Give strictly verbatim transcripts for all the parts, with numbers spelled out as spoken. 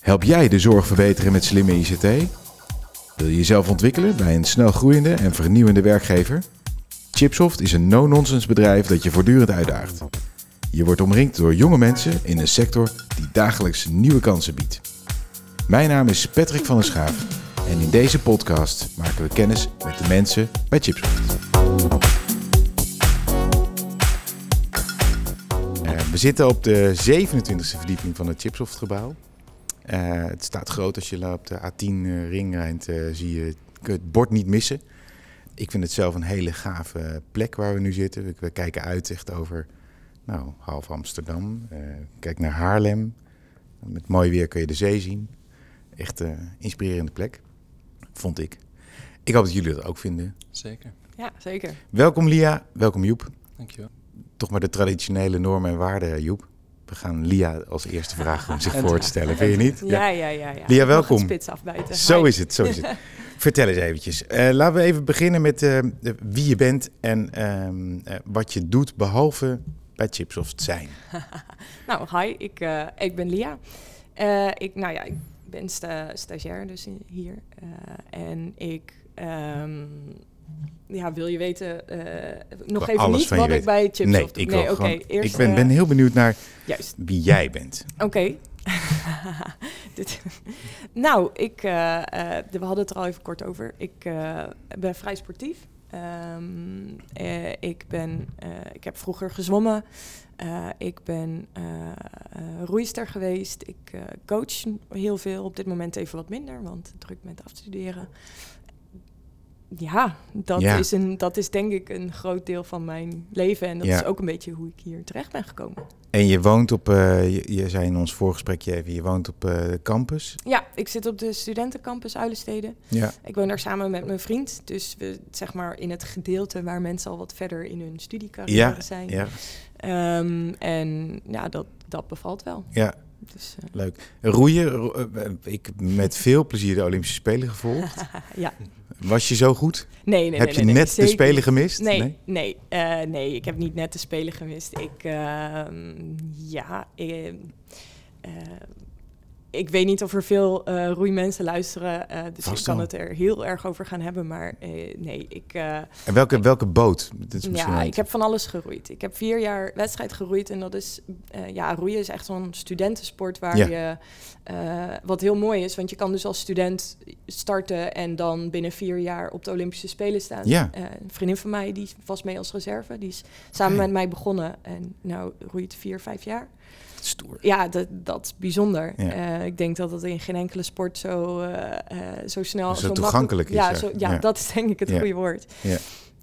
Help jij de zorg verbeteren met slimme I C T? Wil je jezelf ontwikkelen bij een snel groeiende en vernieuwende werkgever? Chipsoft is een no-nonsense bedrijf dat je voortdurend uitdaagt. Je wordt omringd door jonge mensen in een sector die dagelijks nieuwe kansen biedt. Mijn naam is Patrick van der Schaaf en in deze podcast maken we kennis met de mensen bij Chipsoft. Uh, we zitten op de zevenentwintigste verdieping van het Chipsoft gebouw. Uh, het staat groot als je loopt de A tien uh, ringrijdt, uh, zie je het bord niet missen. Ik vind het zelf een hele gave plek waar we nu zitten. We, we kijken uit echt over nou, half Amsterdam. Uh, kijk naar Haarlem. Met mooi weer kun je de zee zien. Echt een uh, inspirerende plek, vond ik. Ik hoop dat jullie dat ook vinden. Zeker. Ja, zeker. Welkom Lia, welkom Joep. Dankjewel. Toch maar de traditionele normen en waarden, Joep. We gaan Lia als eerste vragen om zich voor te stellen, vind je niet? Ja, ja, ja. ja. Lia, welkom. Ik mag het spits afbijten. Zo Hi. is het, zo is het. Vertel eens eventjes. Uh, laten we even beginnen met uh, wie je bent en um, uh, wat je doet, behalve bij Chipsoft zijn. Nou, hi, ik, uh, ik ben Lia. Uh, ik, nou ja, ik ben sta- stagiair dus hier. Uh, en ik... Um, Ja, wil je weten, uh, nog even Alles niet van je wat ik weten. bij Chipsoft Nee, ik, doe. wil oké. gewoon, Eerst, ik ben, uh, ben heel benieuwd naar juist. wie jij bent. Oké. Okay. nou, ik, uh, uh, we hadden het er al even kort over. Ik uh, ben vrij sportief. Um, uh, ik, ben, uh, ik heb vroeger gezwommen. Uh, ik ben uh, uh, roeister geweest. Ik uh, coach heel veel. Op dit moment even wat minder, want druk met afstuderen. Ja, dat, ja. Is een, dat is denk ik een groot deel van mijn leven. En dat ja. is ook een beetje hoe ik hier terecht ben gekomen. En je woont op, uh, je, je zei in ons voorgesprekje even, je woont op uh, de campus? Ja, ik zit op de studentencampus Uilenstede. Ja. Ik woon daar samen met mijn vriend. Dus we, zeg maar in het gedeelte waar mensen al wat verder in hun studiecarrière ja. zijn. Ja. Um, en ja, dat, dat bevalt wel. Ja. Dus, uh... Leuk. Roeien, ro- uh, ik heb met veel plezier de Olympische Spelen gevolgd. Ja. Was je zo goed? Nee, nee, Heb nee, je nee, net nee, de Spelen gemist? Nee, nee, nee, uh, nee, ik heb niet net de Spelen gemist. Ik, uh, ja, ik, uh, ik weet niet of er veel uh, roeimensen luisteren, uh, dus Vast ik kan wel. het er heel erg over gaan hebben, maar uh, nee, ik... Uh, en welke, ik, welke boot? Dat is ja, ik heb van alles geroeid. Ik heb vier jaar wedstrijd geroeid en dat is, uh, ja, roeien is echt zo'n studentensport waar ja. je, uh, wat heel mooi is, want je kan dus als student starten en dan binnen vier jaar op de Olympische Spelen staan. Ja. Uh, een vriendin van mij, die was mee als reserve, die is samen okay. met mij begonnen en nou roeit vier, vijf jaar. Stoer. Ja, dat, dat is bijzonder. Ja. Uh, ik denk dat het in geen enkele sport zo, uh, uh, zo snel... Zo, zo toegankelijk is. Ja, Ja. zo, ja, ja, dat is denk ik het ja. goede woord. Ja.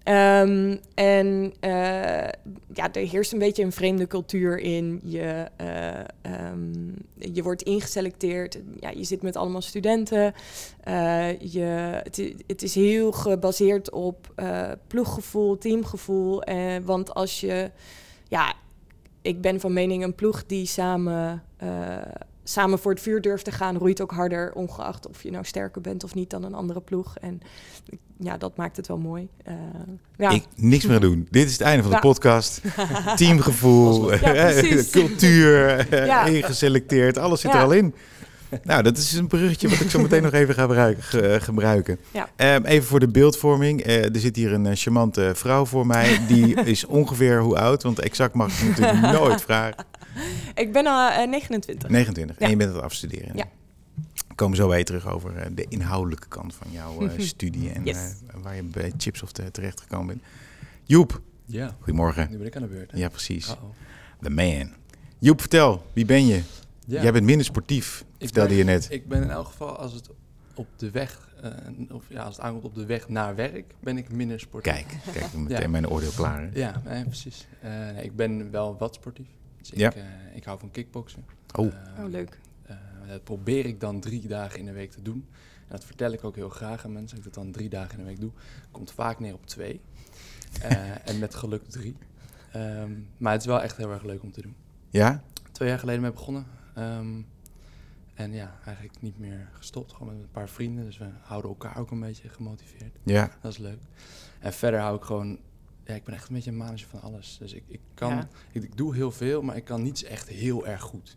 Um, en uh, ja, er heerst een beetje een vreemde cultuur in. Je, uh, um, je wordt ingeselecteerd. Ja, je zit met allemaal studenten. Uh, je, het, het is heel gebaseerd op uh, ploeggevoel, teamgevoel. Uh, want als je... Ja, ik ben van mening een ploeg die samen, uh, samen voor het vuur durft te gaan, roeit ook harder, ongeacht of je nou sterker bent of niet dan een andere ploeg. En ja, dat maakt het wel mooi. Uh, ja. Ik niks meer doen. Dit is het einde van de ja. podcast. Teamgevoel, ja, cultuur, ja. ingeselecteerd, alles zit ja. er al in. Nou, dat is een bruggetje wat ik zo meteen nog even ga gebruiken. Ge- gebruiken. Ja. Um, even voor de beeldvorming. Uh, er zit hier een uh, charmante vrouw voor mij. Die is ongeveer hoe oud? Want exact mag ik natuurlijk nooit vragen. Ik ben al uh, negenentwintig. negenentwintig. Ja. En je bent aan het afstuderen. Ja. We komen zo weer terug over uh, de inhoudelijke kant van jouw uh, studie. En yes. uh, waar je bij Chipsoft uh, terecht gekomen bent. Joep. Ja. Goedemorgen. Nu ben ik aan de beurt. Hè? Ja, precies. Uh-oh. The man. Joep, vertel. Wie ben je? Ja. Jij bent minder sportief, vertelde je net. Ik ben in elk geval, als het op de weg, uh, of ja, als het aankomt op de weg naar werk, ben ik minder sportief. Kijk, kijk, meteen ja. mijn oordeel klaar. Hè? Ja, nee, precies. Uh, nee, ik ben wel wat sportief. Dus ik, ja. uh, ik hou van kickboksen. Oh, uh, oh leuk. Uh, dat probeer ik dan drie dagen in de week te doen. En dat vertel ik ook heel graag aan mensen. Als ik dat dan drie dagen in de week doe, komt vaak neer op twee. Uh, en met geluk drie. Um, maar het is wel echt heel erg leuk om te doen. Ja? Twee jaar geleden mee begonnen. Um, en ja, eigenlijk niet meer gestopt. Gewoon met een paar vrienden. Dus we houden elkaar ook een beetje gemotiveerd. Ja. Dat is leuk. En verder hou ik gewoon... Ja, ik ben echt een beetje een manager van alles. Dus ik, ik kan... Ja. Ik, ik doe heel veel, maar ik kan niets echt heel erg goed.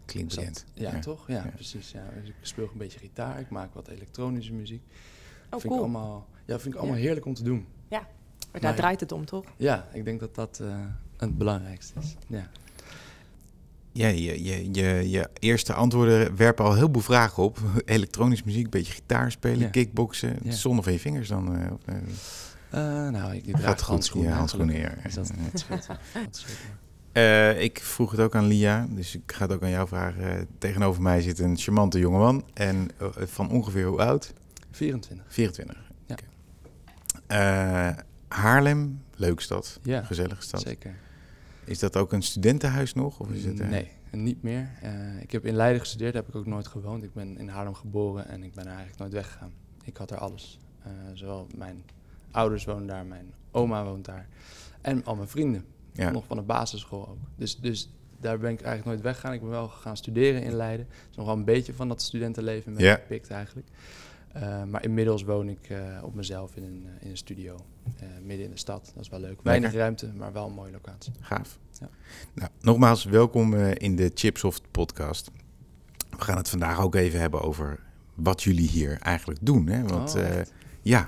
Klinkt Dus bekend. dat- ja, Ja. toch? Ja, Ja. precies. Ja. Dus ik speel een beetje gitaar, ik maak wat elektronische muziek. Oh, vind ik cool. allemaal, ja, vind ik allemaal Ja. heerlijk om te doen. Maar daar Maar- draait het om, toch? Ja, ik denk dat dat uh, het belangrijkste is. Ja. Ja, je, je, je, je eerste antwoorden werpen al heel veel vragen op. Elektronische muziek, een beetje gitaar spelen, Ja. kickboksen. Ja. Zonder van je vingers dan. Uh, of, uh, Uh, nou, ik, ik Gaat draag goed, handschoenen. ja, handschoenen, gelukkig. ja. Dus dat, dat scheelt wel. Dat scheelt wel. Uh, ik vroeg het ook aan Lia, dus ik ga het ook aan jou vragen. Uh, tegenover mij zit een charmante jongeman. En uh, van ongeveer hoe oud? vierentwintig. vierentwintig. Ja. Okay. Uh, Haarlem, leuke stad, Ja, gezellige stad. Zeker. Is dat ook een studentenhuis nog? Of is het, uh... Nee, niet meer. Uh, ik heb in Leiden gestudeerd, daar heb ik ook nooit gewoond. Ik ben in Haarlem geboren en ik ben er eigenlijk nooit weggegaan. Ik had er alles. Uh, zowel mijn ouders wonen daar, mijn oma woont daar en al mijn vrienden. Ja. Nog van de basisschool ook. Dus, dus daar ben ik eigenlijk nooit weggegaan. Ik ben wel gaan studeren in Leiden. Het is nog wel een beetje van dat studentenleven meegepikt ja. eigenlijk. Uh, maar inmiddels woon ik uh, op mezelf in een, uh, in een studio, uh, midden in de stad. Dat is wel leuk. Weinig Lekker. ruimte, maar wel een mooie locatie. Gaaf. Ja. Nou, nogmaals, welkom uh, in de Chipsoft podcast. We gaan het vandaag ook even hebben over wat jullie hier eigenlijk doen. Hè? Want oh, uh, ja,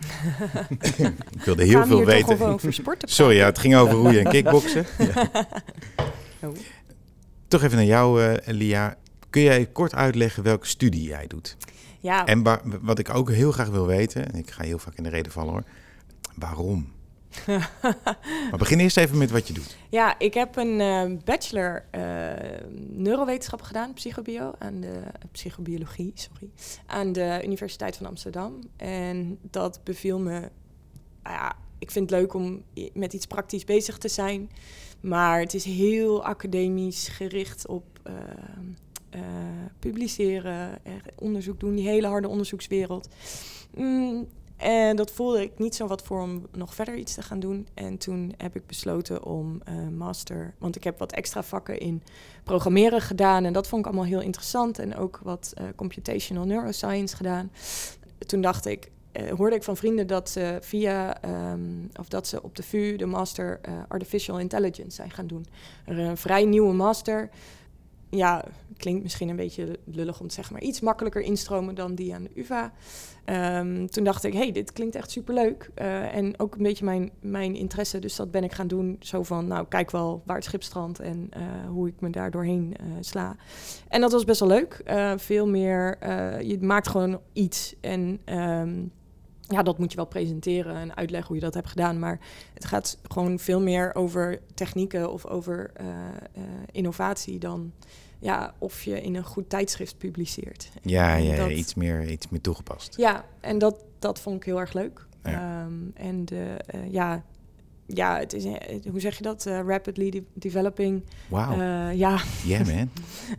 ik wilde heel Gaan veel hier weten. Toch over sporten Sorry, ja, het ging over roeien en kickboksen. Ja. Oh. Toch even naar jou, uh, Lia. Kun jij kort uitleggen welke studie jij doet? Ja. En wa- wat ik ook heel graag wil weten, en ik ga heel vaak in de reden vallen hoor, waarom? Maar begin eerst even met wat je doet. Ja, ik heb een uh, bachelor uh, neurowetenschap gedaan, psychobio, aan de uh, psychobiologie, sorry, aan de Universiteit van Amsterdam. En dat beviel me, uh, ja, ik vind het leuk om met iets praktisch bezig te zijn, maar het is heel academisch gericht op uh, uh, publiceren, onderzoek doen, die hele harde onderzoekswereld. Mm, En dat voelde ik niet zo wat voor om nog verder iets te gaan doen. En toen heb ik besloten om uh, master... Want ik heb wat extra vakken in programmeren gedaan. En dat vond ik allemaal heel interessant. En ook wat uh, computational neuroscience gedaan. Toen dacht ik, uh, hoorde ik van vrienden dat ze via... Um, of dat ze op de V U de master uh, Artificial Intelligence zijn gaan doen. Een vrij nieuwe master... Ja, klinkt misschien een beetje lullig om te zeggen, maar iets makkelijker instromen dan die aan de U vA. Um, toen dacht ik, hey, dit klinkt echt superleuk. Uh, en ook een beetje mijn, mijn interesse, dus dat ben ik gaan doen. Zo van, nou, kijk wel waar het schip strandt en uh, hoe ik me daar doorheen uh, sla. En dat was best wel leuk. Uh, veel meer, uh, je maakt gewoon iets en... Um, Ja, dat moet je wel presenteren en uitleggen hoe je dat hebt gedaan. Maar het gaat gewoon veel meer over technieken of over uh, uh, innovatie dan ja, of je in een goed tijdschrift publiceert. Ja, ja dat, iets, meer, iets meer toegepast. Ja, en dat, dat vond ik heel erg leuk. Ja. Um, en de, uh, ja, ja, het is, hoe zeg je dat? Uh, rapidly de- developing. Wauw. Uh, ja. Yeah, man.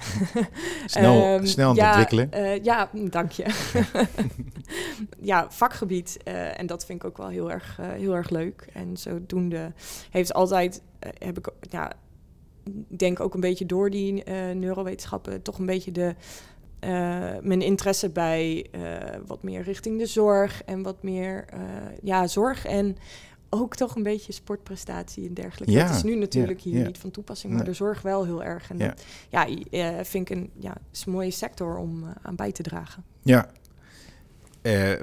snel, um, snel aan het ja, ontwikkelen. Uh, ja, dank je. ja, vakgebied. Uh, en dat vind ik ook wel heel erg, uh, heel erg leuk. En zodoende heeft altijd, uh, heb ik, ja, ik denk ook een beetje door die uh, neurowetenschappen toch een beetje de... Uh, mijn interesse bij uh, wat meer richting de zorg en wat meer, uh, ja, zorg en ook toch een beetje sportprestatie en dergelijke. Ja, dat is nu natuurlijk ja, hier ja. niet van toepassing, maar Nee. de zorg wel heel erg. En Ja. dat ja, uh, vind ik een, ja, is een mooie sector om uh, aan bij te dragen. Ja. Uh,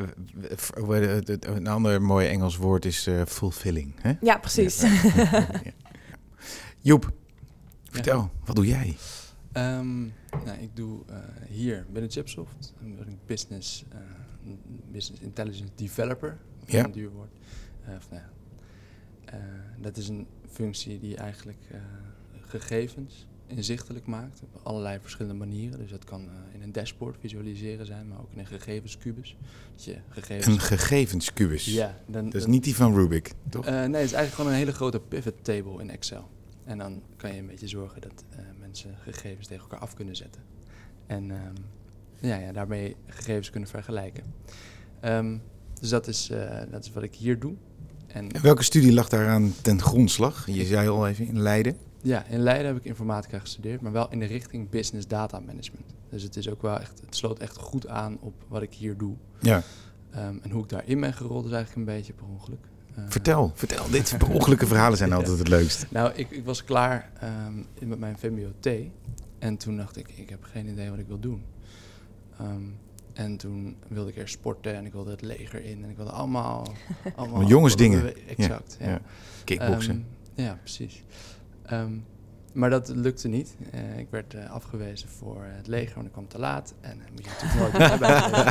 een ander mooi Engels woord is uh, fulfilling. Hè? Ja, precies. Ja. Ja. Joep, vertel, ja. wat doe jij? Um, nou, ik doe uh, hier binnen Chipsoft, ben ik business, uh, business intelligence developer, Ja. een duur woord. Uh, of, nou ja. uh, dat is een functie die eigenlijk uh, gegevens inzichtelijk maakt op allerlei verschillende manieren. Dus dat kan uh, in een dashboard visualiseren zijn, maar ook in een gegevenskubus. Dat je gegevens... Een gegevenskubus? Ja. Dan, dat is dan, niet die van Rubik, toch? Uh, nee, het is eigenlijk gewoon een hele grote pivot table in Excel. En dan kan je een beetje zorgen dat uh, mensen gegevens tegen elkaar af kunnen zetten. En um, ja, ja, daarmee gegevens kunnen vergelijken. Um, dus dat is, uh, dat is wat ik hier doe. En, en welke studie lag daaraan ten grondslag? Je zei al even in Leiden. Ja, in Leiden heb ik informatica gestudeerd, maar wel in de richting business data management. Dus het is ook wel echt, het sloot echt goed aan op wat ik hier doe. Ja. Um, en hoe ik daarin ben gerold is eigenlijk een beetje per ongeluk. Uh, vertel, vertel. Dit per ongelukke verhalen zijn altijd het leukst. Nou, ik, ik was klaar um, met mijn V M B O T. En toen dacht ik, ik heb geen idee wat ik wil doen. Um, en toen wilde ik eerst sporten en ik wilde het leger in. En ik wilde allemaal... allemaal jongensdingen. bewe- Exact, ja. ja. ja. Kickboksen. Um, ja, precies. Um, maar dat lukte niet. Uh, ik werd uh, afgewezen voor uh, het leger, want ik kwam te laat. En uh, moet je natuurlijk nooit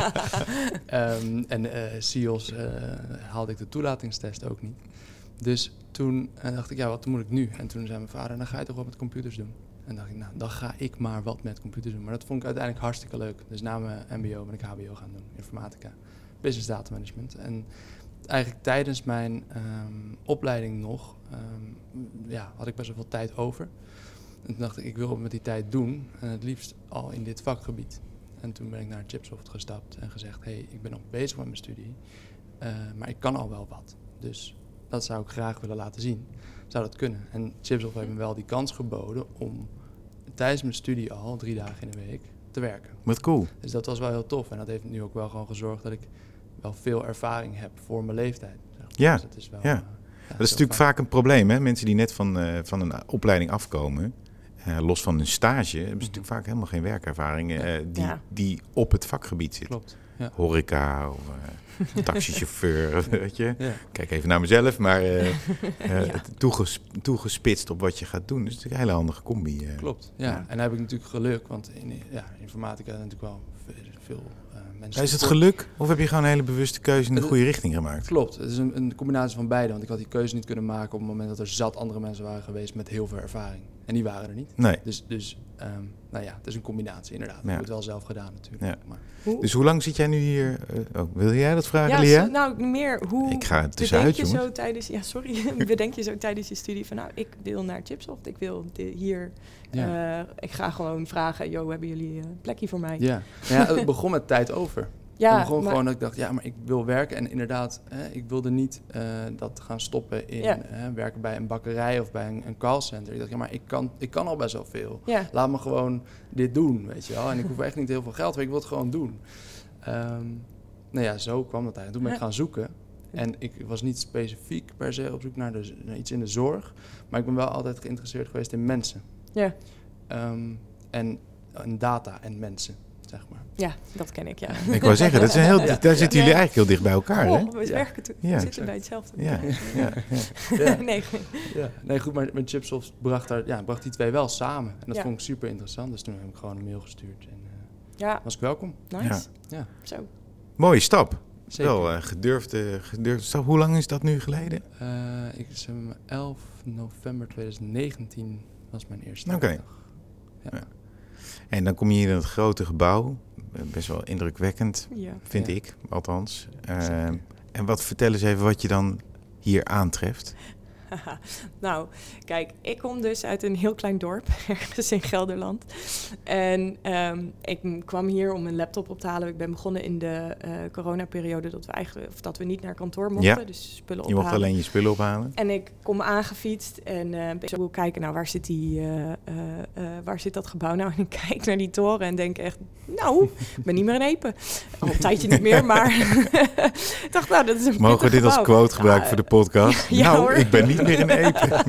bij. um, en uh, S E A L S uh, haalde ik de toelatingstest ook niet. Dus toen uh, dacht ik, ja, wat moet ik nu? En toen zei mijn vader, dan ga je toch wat met computers doen. En dacht ik, nou, dan ga ik maar wat met computers doen. Maar dat vond ik uiteindelijk hartstikke leuk. Dus na mijn M B O ben ik H B O gaan doen, informatica, business data management. En eigenlijk tijdens mijn um, opleiding nog, um, ja, had ik best wel veel tijd over. En toen dacht ik, ik wil wat met die tijd doen. En het liefst al in dit vakgebied. En toen ben ik naar Chipsoft gestapt en gezegd, hé, hey, ik ben nog bezig met mijn studie. Uh, maar ik kan al wel wat. Dus dat zou ik graag willen laten zien. Zou dat kunnen? En Chipsoft heeft me wel die kans geboden om tijdens mijn studie al drie dagen in de week te werken. Wat cool. Dus dat was wel heel tof. En dat heeft nu ook wel gewoon gezorgd dat ik wel veel ervaring heb voor mijn leeftijd. Zeg maar. Ja, dus dat is wel, ja. Uh, ja, dat is natuurlijk vaak een probleem, hè? Mensen die net van, uh, van een opleiding afkomen, uh, los van hun stage, hebben ze mm-hmm. natuurlijk vaak helemaal geen werkervaring uh, ja. die, ja. die op het vakgebied zit. Klopt. Ja. Horeca of uh, taxichauffeur, weet je. Ja. Kijk even naar mezelf, maar uh, uh, ja. toeges, toegespitst op wat je gaat doen. Dus het is natuurlijk een hele handige combi. Uh. Klopt, ja. ja. En daar heb ik natuurlijk geluk, want in ja, informatica is natuurlijk wel veel uh, mensen... Is het geluk of heb je gewoon een hele bewuste keuze in de goede richting gemaakt? Klopt, het is een, een combinatie van beide. Want ik had die keuze niet kunnen maken op het moment dat er zat andere mensen waren geweest met heel veel ervaring. En die waren er niet. Nee. Dus, dus um, nou ja, het is een combinatie inderdaad. Ja. Ik heb het wel zelf gedaan natuurlijk. Ja. Maar. Hoe? Dus hoe lang zit jij nu hier? Uh, oh, wil jij dat vragen, ja, Lia? Zo, nou, meer hoe ik ga het tussenuit, je jongens. zo tijdens, ja, sorry. bedenk je zo tijdens je studie van, nou, ik wil naar Chipsoft. Ik wil de, hier... Ja. Uh, ik ga gewoon vragen, joh, hebben jullie een plekje voor mij? Ja, ja het begon met tijd over. Ja, het begon maar, gewoon dat ik dacht, ja, maar ik wil werken. En inderdaad, eh, ik wilde niet uh, dat gaan stoppen in ja. uh, werken bij een bakkerij of bij een, een callcenter. Ik dacht, ja, maar ik kan, ik kan al best wel veel. Ja. Laat me gewoon dit doen, weet je wel. En ik hoef echt niet heel veel geld, maar ik wil het gewoon doen. Um, nou ja, zo kwam dat eigenlijk. Toen ben ik ja. gaan zoeken. En ik was niet specifiek per se op zoek naar, de, naar iets in de zorg. Maar ik ben wel altijd geïnteresseerd geweest in mensen. Ja. Um, en, en data en mensen, zeg maar. Ja, dat ken ik, ja. Ik wou zeggen, dat is een heel, ja. daar zitten jullie eigenlijk heel dicht bij elkaar, oh, hè? We ja. werken toe. Ja. We zitten bij hetzelfde. Ja, ja. ja. ja. nee. Ja. nee, goed, maar met Chipsoft bracht, daar, ja, bracht die twee wel samen. En dat ja. vond ik super interessant. Dus toen heb ik gewoon een mail gestuurd en uh, ja. was ik welkom. Nice. Ja. Ja. Zo. Mooie stap. Zeker. Wel uh, gedurfde, gedurfde stap. Hoe lang is dat nu geleden? Uh, ik zeg elf november twintig negentien was mijn eerste Oké. Okay. Ja. Ja. En dan kom je hier in het grote gebouw. Best wel indrukwekkend, ja. vind ja. ik, althans. Uh, en wat, vertel eens even wat je dan hier aantreft. Nou, kijk, ik kom dus uit een heel klein dorp, ergens in Gelderland. En um, ik kwam hier om een laptop op te halen. Ik ben begonnen in de uh, coronaperiode dat we eigenlijk, of dat we niet naar kantoor mochten, ja. dus spullen ophalen. Je mocht alleen je spullen ophalen. En ik kom aangefietst en uh, ik wil kijken, nou, waar zit die, uh, uh, uh, waar zit dat gebouw nou? En ik kijk naar die toren en denk echt, nou, ik ben niet meer in Epe. Al een tijdje niet meer, maar ik dacht, nou, dat is een Mogen we dit gebouw. als quote gebruiken uh, voor de podcast? Ja, nou, hoor. ik ben niet meer in Epe.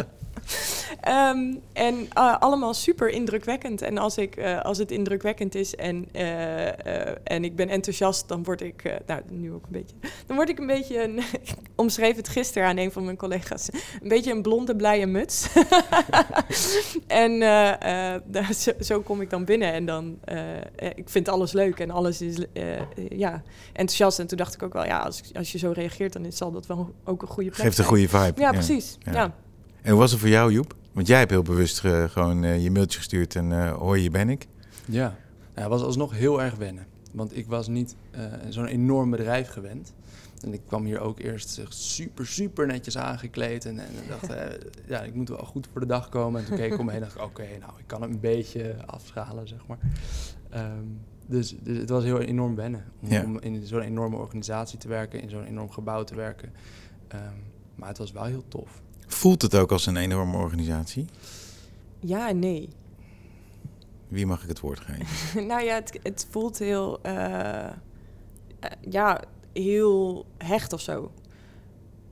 Um, en uh, allemaal super indrukwekkend. En als, ik, uh, als het indrukwekkend is en, uh, uh, en ik ben enthousiast, dan word ik, uh, nou nu ook een beetje, dan word ik een beetje, een, ik omschreef het gisteren aan een van mijn collega's, een beetje een blonde blije muts. en uh, uh, zo, zo kom ik dan binnen en dan, uh, ik vind alles leuk en alles is, uh, uh, ja, enthousiast. En toen dacht ik ook wel, ja, als, als je zo reageert, dan zal dat wel ook een goede plek Geeft een zijn. goede vibe. Ja, ja. precies. Ja. Ja. En hoe was het voor jou, Joep? Want jij hebt heel bewust uh, gewoon uh, je mailtje gestuurd en uh, hoi, hier ben ik. Ja, nou, het was alsnog heel erg wennen. Want ik was niet uh, zo'n enorm bedrijf gewend. En ik kwam hier ook eerst super, super netjes aangekleed. En, en dacht, uh, ja, ik moet wel goed voor de dag komen. En toen keek ik omheen en dacht ik, oké, okay, nou, ik kan het een beetje afschalen, zeg maar. Um, dus, dus het was heel enorm wennen. Om, ja. om in zo'n enorme organisatie te werken, in zo'n enorm gebouw te werken. Um, maar het was wel heel tof. Voelt het ook als een enorme organisatie? Ja en nee. Wie mag ik het woord geven? nou ja, het, het voelt heel, uh, uh, ja, heel hecht of zo.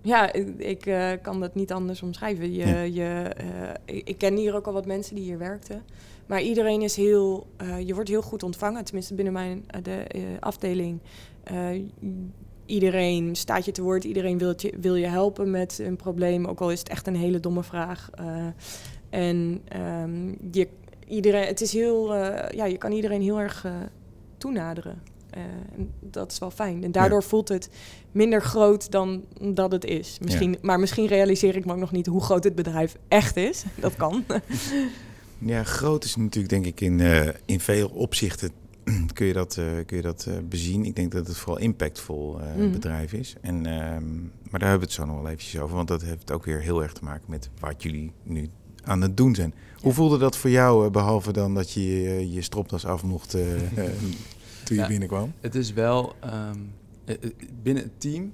Ja, ik, ik uh, kan dat niet anders omschrijven. Je, ja. je, uh, ik, ik ken hier ook al wat mensen die hier werkten. Maar iedereen is heel... Uh, je wordt heel goed ontvangen. Tenminste, binnen mijn uh, de, uh, afdeling. Uh, iedereen staat je te woord. Iedereen wil je, wil je helpen met een probleem. Ook al is het echt een hele domme vraag. Uh, en um, je, iedereen, het is heel... Uh, ja, je kan iedereen heel erg uh, toenaderen. Uh, en dat is wel fijn. En daardoor ja. voelt het minder groot dan dat het is. Misschien, ja. Maar misschien realiseer ik me ook nog niet hoe groot het bedrijf echt is. Dat kan. Ja, groot is natuurlijk denk ik in, uh, in veel opzichten kun je dat, uh, kun je dat uh, bezien. Ik denk dat het vooral impactvol uh, mm. bedrijf is. En, uh, maar daar hebben we het zo nog wel eventjes over. Want dat heeft ook weer heel erg te maken met wat jullie nu aan het doen zijn. Ja. Hoe voelde dat voor jou, uh, behalve dan dat je uh, je stropdas af mocht... Uh, uh, toen je ja, binnenkwam? Het is wel... Um, binnen het team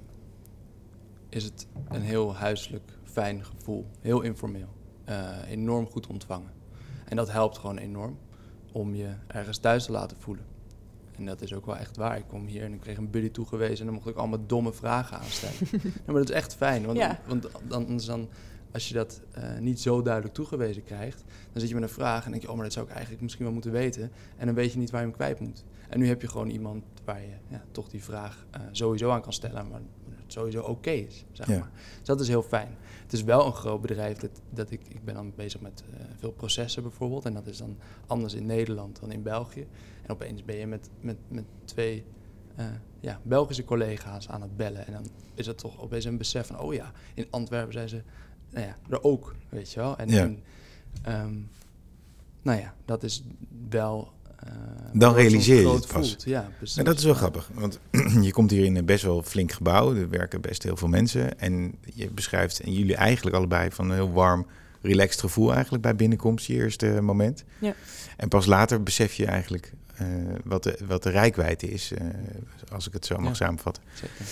is het een heel huiselijk, fijn gevoel. Heel informeel. Uh, enorm goed ontvangen. En dat helpt gewoon enorm om je ergens thuis te laten voelen. En dat is ook wel echt waar. Ik kom hier en ik kreeg een buddy toegewezen... en dan mocht ik allemaal domme vragen aanstellen. Ja, maar dat is echt fijn. Want, ja. want dan, dan, als je dat uh, niet zo duidelijk toegewezen krijgt... dan zit je met een vraag en denk je... oh, maar dat zou ik eigenlijk misschien wel moeten weten. En dan weet je niet waar je hem kwijt moet. En nu heb je gewoon iemand waar je ja, toch die vraag uh, sowieso aan kan stellen... maar het sowieso oké okay is, zeg ja. maar. Dus dat is heel fijn. Het is wel een groot bedrijf. Dat, dat ik, ik ben dan bezig met uh, veel processen bijvoorbeeld. En dat is dan anders in Nederland dan in België. En opeens ben je met, met, met twee uh, ja, Belgische collega's aan het bellen. En dan is het toch opeens een besef van... oh ja, in Antwerpen zijn ze nou ja, er ook, weet je wel. En, ja. en um, nou ja, dat is wel... Uh, dan realiseer je het pas. Ja, precies. En dat is wel grappig, want je komt hier in een best wel flink gebouw. Er werken best heel veel mensen. En je beschrijft, en jullie eigenlijk allebei, van een heel warm, relaxed gevoel eigenlijk bij binnenkomst, je eerste moment. Ja. En pas later besef je eigenlijk uh, wat, de, wat de reikwijdte is, uh, als ik het zo mag ja. samenvatten.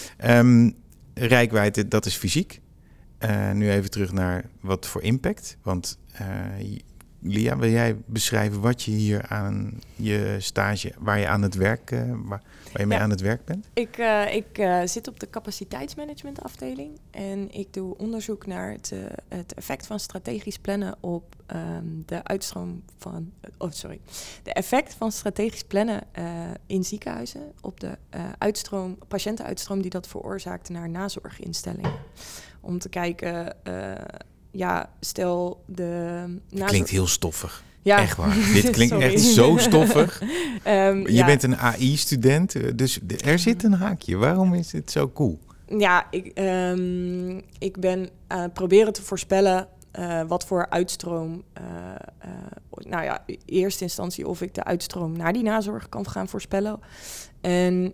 Um, reikwijdte, dat is fysiek. Uh, nu even terug naar wat voor impact. Want uh, Lia, wil jij beschrijven wat je hier aan je stage, waar je aan het werk, uh, waar, waar je mee ja. aan het werk bent? Ik, uh, ik uh, zit op de capaciteitsmanagement afdeling en ik doe onderzoek naar het, uh, het effect van strategisch plannen op um, de uitstroom van, oh sorry, de effect van strategisch plannen uh, in ziekenhuizen op de uh, uitstroom, patiëntenuitstroom die dat veroorzaakt naar nazorginstellingen. Om te kijken. Uh, Ja, stel de... Het klinkt heel stoffig. Ja. Echt waar. Dit klinkt echt zo stoffig. um, je ja. bent een A I-student, dus er zit een haakje. Waarom is het zo cool? Ja, ik, um, ik ben uh, proberen te voorspellen uh, wat voor uitstroom... Uh, uh, nou ja, in eerste instantie of ik de uitstroom naar die nazorg kan gaan voorspellen. En...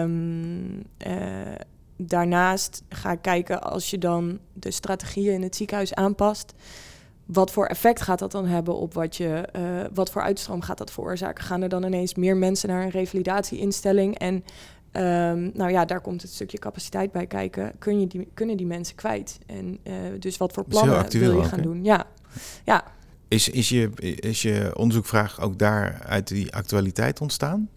Um, uh, Daarnaast ga ik kijken, als je dan de strategieën in het ziekenhuis aanpast, wat voor effect gaat dat dan hebben op wat je, uh, wat voor uitstroom gaat dat veroorzaken? Gaan er dan ineens meer mensen naar een revalidatieinstelling? En um, nou ja, daar komt het stukje capaciteit bij kijken. Kun je die, kunnen die mensen kwijt? En uh, dus wat voor plannen wil je ook, gaan hè? doen? Ja, ja. Is, is, je, is je onderzoekvraag ook daar uit die actualiteit ontstaan?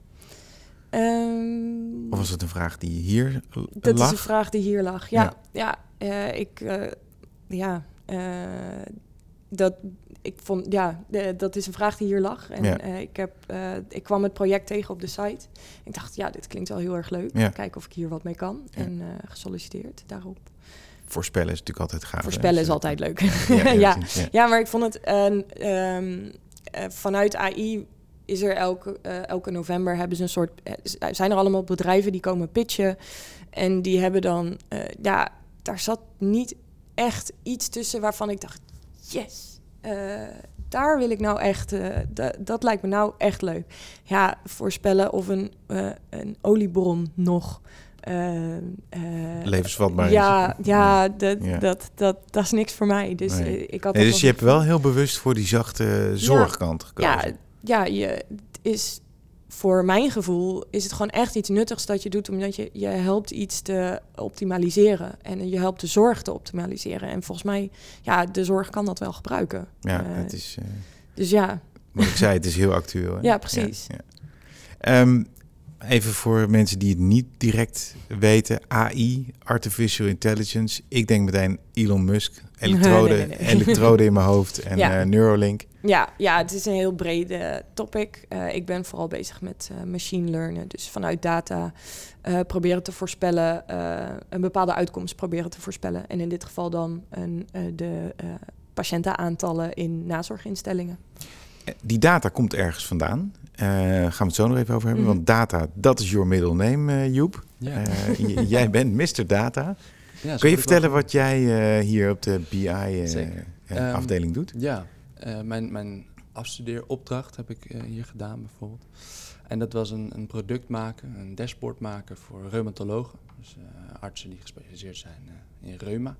Um, of was het een vraag die hier lag? Dat is een vraag die hier lag, ja. Ja, ja uh, ik, uh, ja, uh, dat, ik vond, ja, de, dat is een vraag die hier lag. En ja. uh, ik, heb, uh, ik kwam het project tegen op de site. Ik dacht, ja, dit klinkt wel heel erg leuk. Ja. Kijken of ik hier wat mee kan. Ja. En uh, gesolliciteerd daarop. Voorspellen is natuurlijk altijd gaaf. Voorspellen is altijd leuk. Ja, ja, ja. ja. ja maar ik vond het uh, um, uh, vanuit A I... is er elke, uh, elke november hebben ze een soort... Uh, zijn er allemaal bedrijven die komen pitchen. En die hebben dan... Uh, ja, daar zat niet echt iets tussen waarvan ik dacht... Yes, uh, daar wil ik nou echt... Uh, d- dat lijkt me nou echt leuk. Ja, voorspellen of een, uh, een oliebron nog... Uh, uh, levensvatbaar ja, is. Ja, dat, ja. Dat, dat, dat is niks voor mij. Dus, nee. uh, ik had nee, dus je hebt wel heel bewust voor die zachte zorgkant gekozen. Ja, ja, je het is voor mijn gevoel is het gewoon echt iets nuttigs dat je doet, omdat je je helpt iets te optimaliseren en je helpt de zorg te optimaliseren. En volgens mij, ja, de zorg kan dat wel gebruiken. Ja, uh, het is. Uh, dus ja. Wat ik zei, het is heel actueel. Hè? Ja, precies. Ja, ja. Um, even voor mensen die het niet direct weten. A I, Artificial Intelligence. Ik denk meteen Elon Musk. Elektroden, Nee, nee, nee. elektroden in mijn hoofd en Ja. uh, Neuralink. Ja, ja, het is een heel brede topic. Uh, ik ben vooral bezig met uh, machine learning. Dus vanuit data uh, proberen te voorspellen, uh, een bepaalde uitkomst proberen te voorspellen. En in dit geval dan een, uh, de uh, patiëntenaantallen in nazorginstellingen. Die data komt ergens vandaan. Uh, gaan we het zo nog even over hebben. Mm-hmm. Want data, dat is your middle name, uh, Joep. Ja. Uh, j- jij bent mister Data. Ja, Kun je vertellen wat jij uh, hier op de B I uh, uh, um, afdeling doet? Ja, uh, mijn, mijn afstudeeropdracht heb ik uh, hier gedaan bijvoorbeeld. En dat was een, een product maken, een dashboard maken voor reumatologen. Dus uh, artsen die gespecialiseerd zijn uh, in reuma.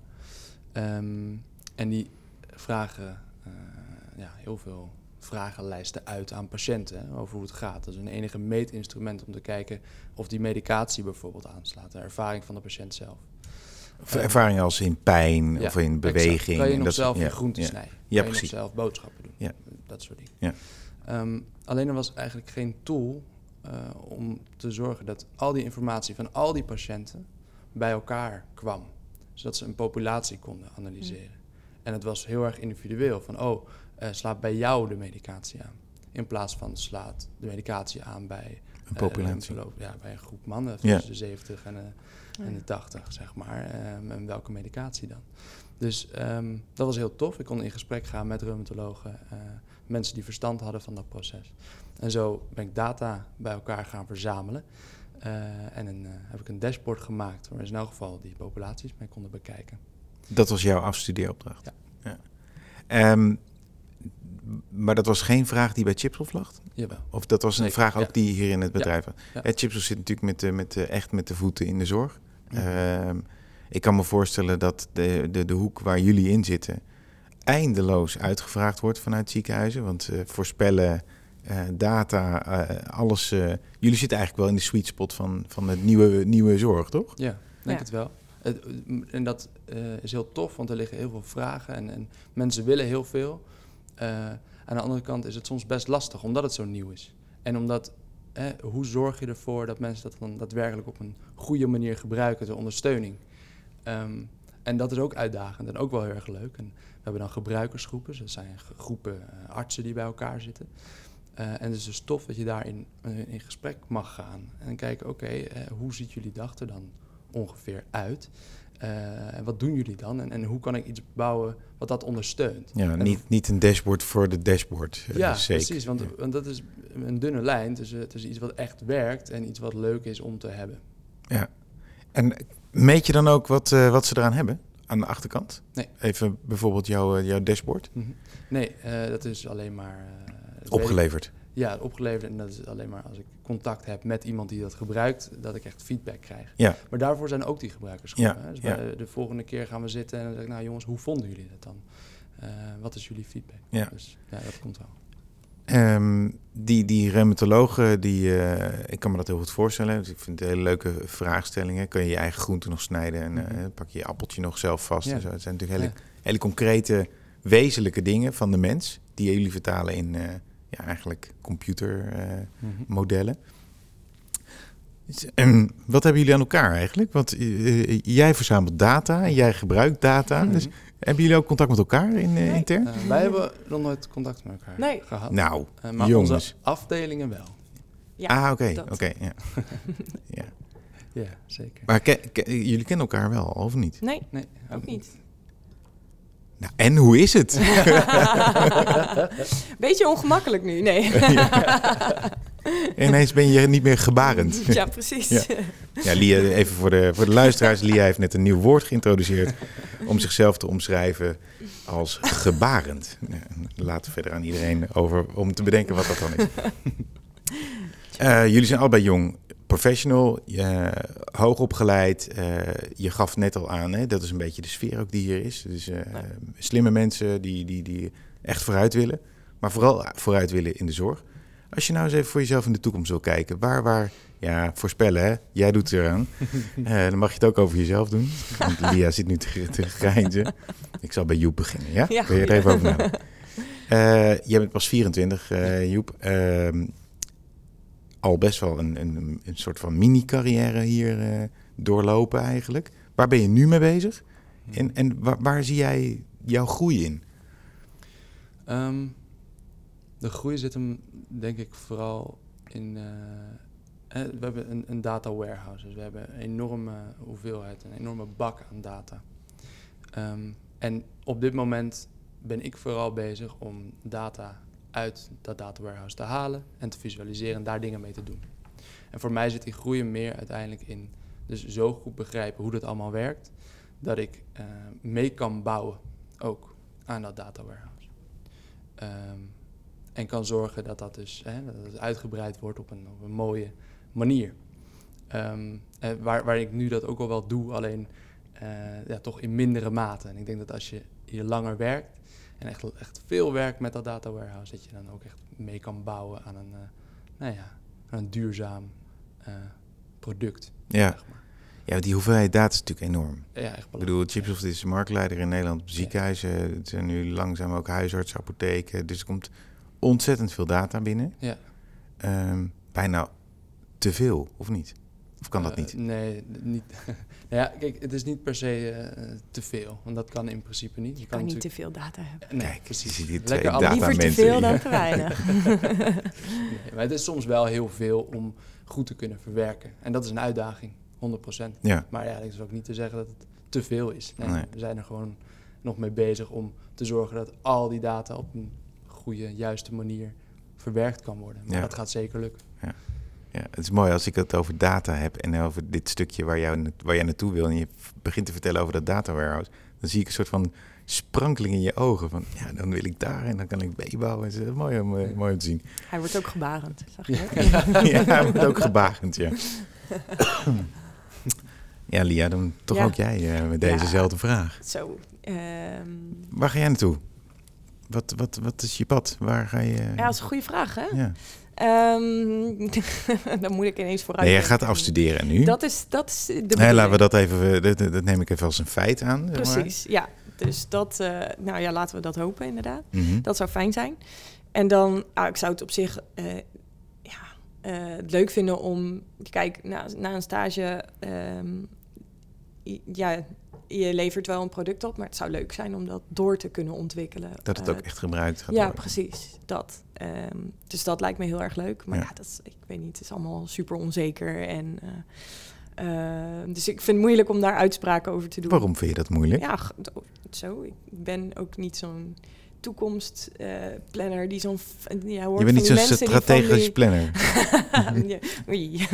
Um, en die vragen uh, ja, heel veel vragenlijsten uit aan patiënten hè, over hoe het gaat. Dat is een enige meetinstrument om te kijken of die medicatie bijvoorbeeld aanslaat. De ervaring van de patiënt zelf. Of ervaring als in pijn ja, of in beweging. Exact. Kan je nog dat zelf ja, je groenten ja. snijden? Ja, kan je precies. nog zelf boodschappen doen? Ja. Dat soort dingen. Ja. Um, alleen er was eigenlijk geen tool uh, om te zorgen dat al die informatie van al die patiënten bij elkaar kwam. Zodat ze een populatie konden analyseren. Mm. En het was heel erg individueel. Van, oh, uh, slaat bij jou de medicatie aan. In plaats van slaat de medicatie aan bij een populatie. Uh, een, ja, bij een groep mannen tussen ja. de zeventig en, uh, ja. en de tachtig, zeg maar. Um, en welke medicatie dan. Dus um, dat was heel tof. Ik kon in gesprek gaan met reumatologen, uh, mensen die verstand hadden van dat proces. En zo ben ik data bij elkaar gaan verzamelen. Uh, en een, uh, heb ik een dashboard gemaakt waar in elk geval die populaties mee konden bekijken. Dat was jouw afstudeeropdracht? Ja. ja. Um, maar dat was geen vraag die bij Chipsoft lag? Jawel. Of dat was een nee, vraag ook ja. die hier in het bedrijf was? Ja. Ja. Chipsoft zit natuurlijk met, uh, met, uh, echt met de voeten in de zorg. Mm-hmm. Um, ik kan me voorstellen dat de, de, de hoek waar jullie in zitten eindeloos uitgevraagd wordt vanuit ziekenhuizen. Want uh, voorspellen, uh, data, uh, alles. Uh, jullie zitten eigenlijk wel in de sweet spot van, van het nieuwe, nieuwe zorg, toch? Ja, denk ja. het wel. Het, en dat uh, is heel tof, want er liggen heel veel vragen en, en mensen willen heel veel. Uh, aan de andere kant is het soms best lastig, omdat het zo nieuw is. En omdat, eh, hoe zorg je ervoor dat mensen dat dan daadwerkelijk op een goede manier gebruiken, de ondersteuning. Um, en dat is ook uitdagend en ook wel heel erg leuk. En we hebben dan gebruikersgroepen, dat zijn groepen uh, artsen die bij elkaar zitten. Uh, en het is dus tof dat je daarin uh, in gesprek mag gaan. En kijken, oké, okay, uh, hoe ziet jullie dag er dan ongeveer uit? Uh, en wat doen jullie dan? En, en hoe kan ik iets bouwen wat dat ondersteunt? Ja, niet, niet een dashboard voor de dashboard. Ja, uh, zeker. precies. Want, ja. want dat is een dunne lijn tussen, tussen iets wat echt werkt en iets wat leuk is om te hebben. Ja. En meet je dan ook wat, uh, wat ze eraan hebben aan de achterkant? Nee. Even bijvoorbeeld jouw, uh, jouw dashboard? Mm-hmm. Nee, uh, dat is alleen maar... Uh, opgeleverd? Ik, ja, opgeleverd. En dat is alleen maar als ik contact heb met iemand die dat gebruikt, dat ik echt feedback krijg. Ja. Maar daarvoor zijn ook die gebruikersgroepen. Ja. Dus ja. bij de volgende keer gaan we zitten en dan zeg ik, nou jongens, hoe vonden jullie dat dan? Uh, wat is jullie feedback? Ja. Dus ja, dat komt wel. Um, die, die reumatologen, die, uh, ik kan me dat heel goed voorstellen. Dus ik vind het hele leuke vraagstellingen. Kun je je eigen groenten nog snijden en uh, mm-hmm. pak je je appeltje nog zelf vast. Ja. En zo. Het zijn natuurlijk hele, ja. hele concrete, wezenlijke dingen van de mens die jullie vertalen in uh, ja, eigenlijk computermodellen. Uh, mm-hmm. um, wat hebben jullie aan elkaar eigenlijk? Want uh, jij verzamelt data en jij gebruikt data. Mm-hmm. Dus hebben jullie ook contact met elkaar in, uh, nee. intern? Uh, wij hebben nog nooit contact met elkaar nee. gehad. Nou, uh, maar jongens. onze afdelingen wel. Ja, ah, oké. Okay, okay, ja. ja. Ja, zeker. Maar ke- ke- jullie kennen elkaar wel, of niet? Nee, nee ook, ook niet. Nou, en hoe is het? Beetje ongemakkelijk nu, nee. Ja. Ineens ben je niet meer gebarend. Ja, precies. Ja, ja Lia, even voor de, voor de luisteraars. Lia heeft net een nieuw woord geïntroduceerd om zichzelf te omschrijven als gebarend. Laten verder aan iedereen over om te bedenken wat dat dan is. Uh, jullie zijn allebei jong professional, uh, hoogopgeleid. Uh, je gaf net al aan, hè, dat is een beetje de sfeer ook die hier is. Dus uh, ja. slimme mensen die, die, die echt vooruit willen, maar vooral vooruit willen in de zorg. Als je nou eens even voor jezelf in de toekomst wil kijken, waar, waar, ja, voorspellen, hè? Jij doet het eraan. Uh, dan mag je het ook over jezelf doen. Want Lia zit nu te, te grijnzen. Ik zal bij Joep beginnen, ja? Ja, kun je er even over nadenken? Uh, jij bent pas vierentwintig, uh, Joep. Uh, al best wel een, een, een soort van mini-carrière hier uh, doorlopen eigenlijk. Waar ben je nu mee bezig? En, en waar, waar zie jij jouw groei in? Um, de groei zit hem denk ik vooral in... Uh, eh, we hebben een, een data warehouse. Dus we hebben een enorme hoeveelheid, een enorme bak aan data. Um, en op dit moment ben ik vooral bezig om data uit dat data warehouse te halen en te visualiseren en daar dingen mee te doen. En voor mij zit die groei meer uiteindelijk in dus zo goed begrijpen hoe dat allemaal werkt, dat ik uh, mee kan bouwen ook aan dat data warehouse. Um, en kan zorgen dat dat dus hè, dat het uitgebreid wordt op een, op een mooie manier. Um, uh, waar, waar ik nu dat ook al wel doe, alleen uh, ja, toch in mindere mate. En ik denk dat als je hier langer werkt en echt, echt veel werkt met dat data warehouse, dat je dan ook echt mee kan bouwen aan een, uh, nou ja, aan een duurzaam uh, product. Ja. Zeg maar. Ja, die hoeveelheid data is natuurlijk enorm. Ja, echt ik bedoel, Chipsoft is marktleider in Nederland op ziekenhuizen. Ja. Het zijn nu langzaam ook huisartsen, apotheken. Dus er komt ontzettend veel data binnen. Ja. Um, bijna te veel, of niet? Of kan uh, dat niet? Nee, niet. Nou ja, kijk, het is niet per se uh, te veel. Want dat kan in principe niet. Je, je kan, kan niet te veel data hebben. Nee, Kijk, precies. Je ziet Lekker data liever te veel dan te weinig. Nee, maar het is soms wel heel veel om goed te kunnen verwerken. En dat is een uitdaging, honderd procent. Ja. Maar ja, dat is ook niet te zeggen dat het te veel is. Nee, Nee. We zijn er gewoon nog mee bezig om te zorgen dat al die data op een goede, juiste manier verwerkt kan worden. Maar ja. dat gaat zeker lukken. Ja. Ja, het is mooi als ik het over data heb en over dit stukje waar, jou, waar jij naartoe wil en je begint te vertellen over dat data warehouse, dan zie ik een soort van sprankeling in je ogen van ja, dan wil ik daar en dan kan ik meebouwen. Het is mooi om, uh, mooi om te zien. Hij wordt ook gebarend, zag je ja, ja, hij wordt ook gebarend, ja. Ja, Lia, dan toch ja. ook jij uh, met dezezelfde ja. vraag. Zo. Um... Waar ga jij naartoe? Wat, wat, wat is je pad? Waar ga je... Ja, dat is een goede vraag, hè? Ja. Um, dan moet ik ineens vooruit. Nee, jij gaat afstuderen nu. Dat is, dat is de bedoeling. Nee, laten we dat even, dat, dat neem ik even als een feit aan. Precies, ja. Dus dat, uh, nou ja, laten we dat hopen inderdaad. Mm-hmm. Dat zou fijn zijn. En dan, ah, ik zou het op zich uh, ja, uh, leuk vinden om, kijk, na, na een stage, um, ja, je levert wel een product op, maar het zou leuk zijn om dat door te kunnen ontwikkelen. Dat het uh, ook echt gebruikt gaat ja, worden. Ja, precies. Dat. Um, dus dat lijkt me heel erg leuk. Maar ja, ja dat is, ik weet niet, het is allemaal super onzeker. En, uh, uh, dus ik vind het moeilijk om daar uitspraken over te doen. Waarom vind je dat moeilijk? Ja, zo. Ik ben ook niet zo'n toekomstplanner uh, die zo'n... Ja, hoort je bent niet zo'n strategisch die... planner. ja, oei.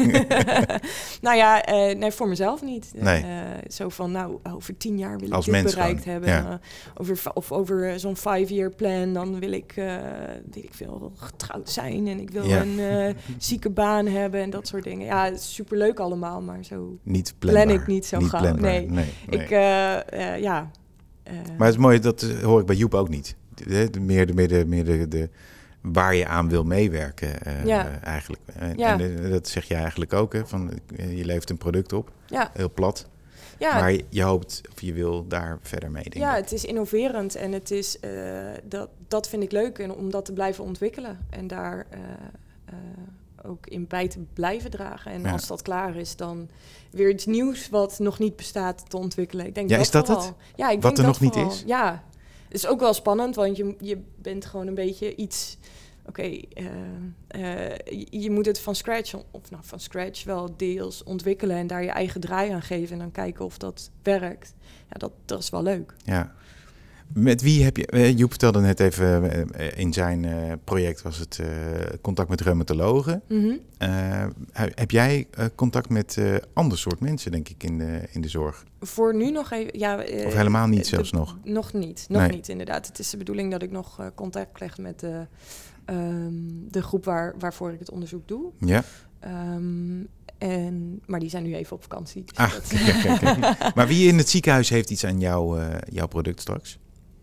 nou ja, uh, nee, voor mezelf niet. Nee. Uh, zo van, nou, over tien jaar wil ik Als dit bereikt gewoon. hebben. Ja. Uh, over, of over uh, zo'n five-year plan, dan wil ik, uh, weet ik veel, getrouwd zijn. En ik wil ja. een uh, zieke baan hebben en dat soort dingen. Ja, het is superleuk allemaal, maar zo niet plan ik niet zo niet gauw. Planbaar. Nee. nee, nee. Ik, uh, uh, ja... Uh, maar het is mooi, dat hoor ik bij Joep ook niet. De, de, meer de, meer de, meer de, de, waar je aan wil meewerken uh, ja. eigenlijk. En, ja. en de, dat zeg je eigenlijk ook, hè, van je levert een product op, ja. heel plat. Ja. Maar je, je hoopt, of je wil daar verder mee denken. Ja, het is innoverend en het is, uh, dat, dat vind ik leuk en om dat te blijven ontwikkelen. En daar uh, uh, ook in bij te blijven dragen. En ja. als dat klaar is, dan weer iets nieuws wat nog niet bestaat te ontwikkelen. Ik denk ja, dat is dat vooral. het? Ja, ik wat denk er dat nog vooral. niet is? Ja, het is ook wel spannend, want je, je bent gewoon een beetje iets... Oké, okay, uh, uh, je, je moet het van scratch, of nou van scratch wel deels ontwikkelen en daar je eigen draai aan geven en dan kijken of dat werkt. Ja, dat, dat is wel leuk. Ja. Met wie heb je... Uh, Joep vertelde net even, uh, in zijn uh, project was het uh, contact met reumatologen. Mm-hmm. Uh, heb jij uh, contact met uh, ander soort mensen, denk ik, in de, in de zorg? Voor nu nog even... Ja, uh, of helemaal niet de, zelfs nog? Nog niet, nog nee. niet inderdaad. Het is de bedoeling dat ik nog uh, contact leg met de, um, de groep waar, waarvoor ik het onderzoek doe. Ja. Um, En, maar die zijn nu even op vakantie. Dus ah, dat... kijk, kijk, kijk. Maar wie in het ziekenhuis heeft iets aan jou, uh, jouw product straks?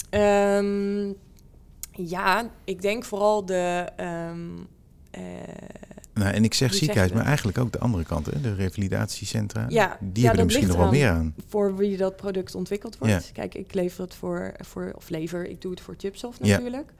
Um, ja, ik denk vooral de... Um, uh, nou, en ik zeg ziekenhuis, zeg maar eigenlijk ook de andere kant, hè? De revalidatiecentra. Ja, die ja, hebben er misschien nog wel meer aan. Voor wie dat product ontwikkeld wordt. Ja. Kijk, ik lever het voor, voor... Of lever, ik doe het voor Chipsoft natuurlijk.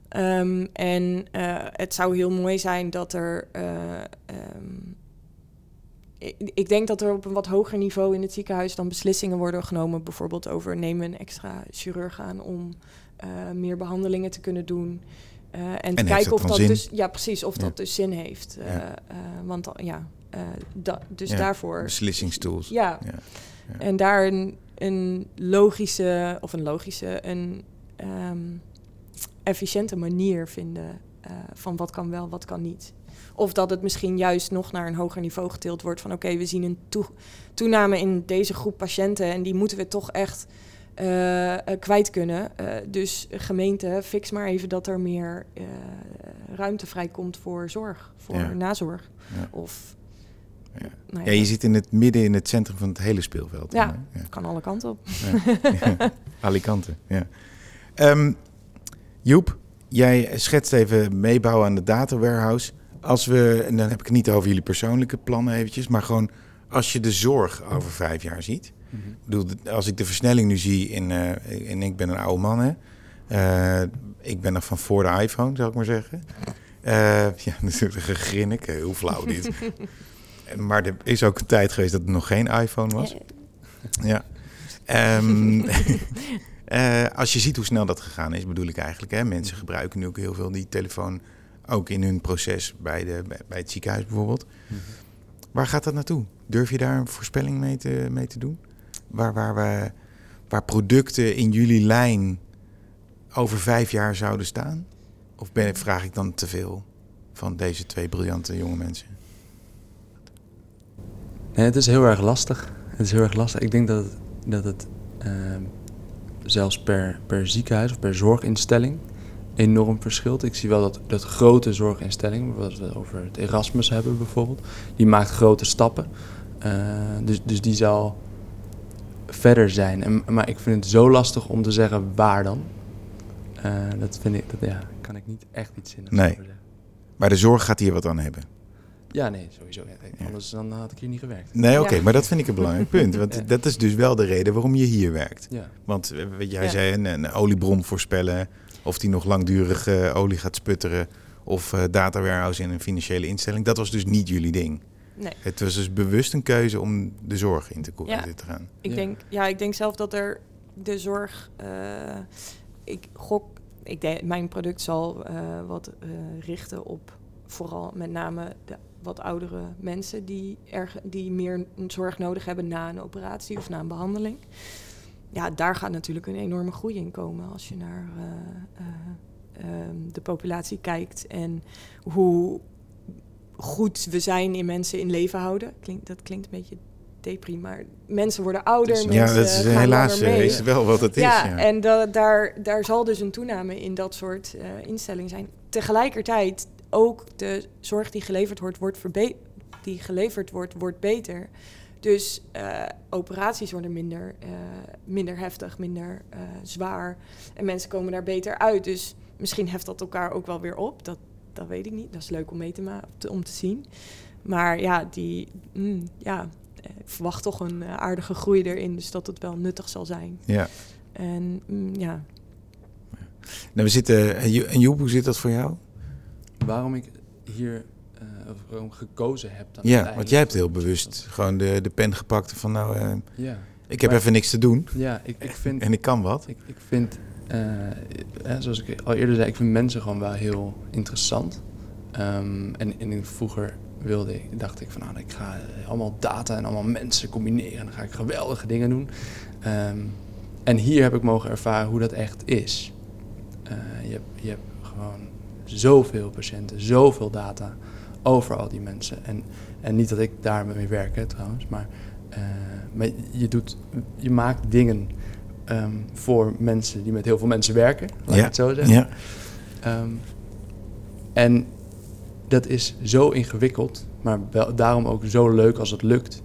Um, en uh, het zou heel mooi zijn dat er... Uh, um, ik, ik denk dat er op een wat hoger niveau in het ziekenhuis dan beslissingen worden genomen. Bijvoorbeeld over nemen een extra chirurg aan om uh, meer behandelingen te kunnen doen. Uh, en, en te kijken of dat zin? dus... Ja, precies, of ja. dat dus zin heeft. Uh, ja. uh, want ja, uh, da, dus ja, daarvoor... Beslissingstools. Ja. ja. ja. En daar een, een logische... Of een logische... Een, um, efficiënte manier vinden uh, van wat kan wel, wat kan niet. Of dat het misschien juist nog naar een hoger niveau getild wordt van oké, okay, we zien een toe- toename in deze groep patiënten en die moeten we toch echt uh, uh, kwijt kunnen. Uh, dus gemeente, fix maar even dat er meer uh, ruimte vrijkomt voor zorg, voor ja. nazorg. Ja. Of, ja. Nou ja. ja, je zit in het midden in het centrum van het hele speelveld. Ja, dan, ja. kan alle kanten op. Ja. ja. Alicante, ja. Um, Joep, jij schetst even meebouwen aan de data warehouse. Als we, en dan heb ik het niet over jullie persoonlijke plannen eventjes, maar gewoon als je de zorg over vijf jaar ziet. Mm-hmm. Ik bedoel, als ik de versnelling nu zie in, uh, en ik ben een oude man, hè. Uh, ik ben nog van voor de iPhone, zou ik maar zeggen. Uh, ja, natuurlijk een grinnik, heel flauw dit. Maar er is ook een tijd geweest dat er nog geen iPhone was. Ja. Um, Uh, als je ziet hoe snel dat gegaan is, bedoel ik eigenlijk. Hè? Mensen gebruiken nu ook heel veel die telefoon, ook in hun proces bij, de, bij, bij het ziekenhuis bijvoorbeeld. Mm-hmm. Waar gaat dat naartoe? Durf je daar een voorspelling mee te, mee te doen? Waar, waar, we, waar producten in jullie lijn over vijf jaar zouden staan? Of ben, vraag ik dan te veel van deze twee briljante jonge mensen? Nee, het is heel erg lastig. Het is heel erg lastig. Ik denk dat het... Dat het uh... zelfs per, per ziekenhuis of per zorginstelling enorm verschilt. Ik zie wel dat, dat grote zorginstellingen, wat we over het Erasmus hebben bijvoorbeeld, die maakt grote stappen. Uh, dus, dus die zal verder zijn. En, maar ik vind het zo lastig om te zeggen waar dan. Uh, dat vind ik, dat ja, kan ik niet echt iets zinnigs nee. over zeggen. Maar de zorg gaat hier wat aan hebben. Ja, nee, sowieso. Ja, anders dan had ik hier niet gewerkt. Nee, oké, okay, ja. maar dat vind ik een belangrijk punt. Want ja. dat is dus wel de reden waarom je hier werkt. Ja. Want uh, jij ja. zei een, een oliebron voorspellen, of die nog langdurig uh, olie gaat sputteren, of uh, data warehouse in een financiële instelling. Dat was dus niet jullie ding. Nee. Het was dus bewust een keuze om de zorg in te, ko- ja. te gaan. Ik, ja. Denk, ja, ik denk zelf dat er de zorg... Uh, ik gok, ik denk, mijn product zal uh, wat uh, richten op vooral met name de wat oudere mensen die, erg, die meer zorg nodig hebben na een operatie of na een behandeling. Ja, daar gaat natuurlijk een enorme groei in komen als je naar uh, uh, uh, de populatie kijkt en hoe goed we zijn in mensen in leven houden. Klink, dat klinkt een beetje depri, maar mensen worden ouder. Dus, mensen ja, dat is gaan helaas mee. is wel wat het is. Ja, ja. en da- daar, daar zal dus een toename in dat soort uh, instellingen zijn. Tegelijkertijd ook de zorg die geleverd wordt, wordt, verbe- die geleverd wordt, wordt beter. Dus uh, operaties worden minder, uh, minder heftig, minder uh, zwaar. En mensen komen daar beter uit. Dus misschien heft dat elkaar ook wel weer op. Dat, dat weet ik niet. Dat is leuk om mee te ma- te, om te zien. Maar ja, die, mm, ja, ik verwacht toch een uh, aardige groei erin. Dus dat het wel nuttig zal zijn. Ja. En mm, ja. Nou, we zitten, en Joep, hoe zit dat voor jou? Waarom ik hier uh, gekozen heb dan ja, want jij hebt heel bewust gewoon de, de pen gepakt van nou, uh, ja, ik heb maar, even niks te doen. Ja, ik, ik vind... En ik kan wat. Ik, ik vind, uh, hè, zoals ik al eerder zei, ik vind mensen gewoon wel heel interessant. Um, en, en vroeger wilde ik, dacht ik van nou, ik ga allemaal data en allemaal mensen combineren. En dan ga ik geweldige dingen doen. Um, en hier heb ik mogen ervaren hoe dat echt is. Uh, je, hebt, je hebt gewoon zoveel patiënten, zoveel data over al die mensen. En, en niet dat ik daar mee werk, hè, trouwens, maar, uh, maar je, doet, je maakt dingen um, voor mensen die met heel veel mensen werken, laat ja. ik het zo zeggen. Ja. Um, en dat is zo ingewikkeld, maar wel, daarom ook zo leuk als het lukt.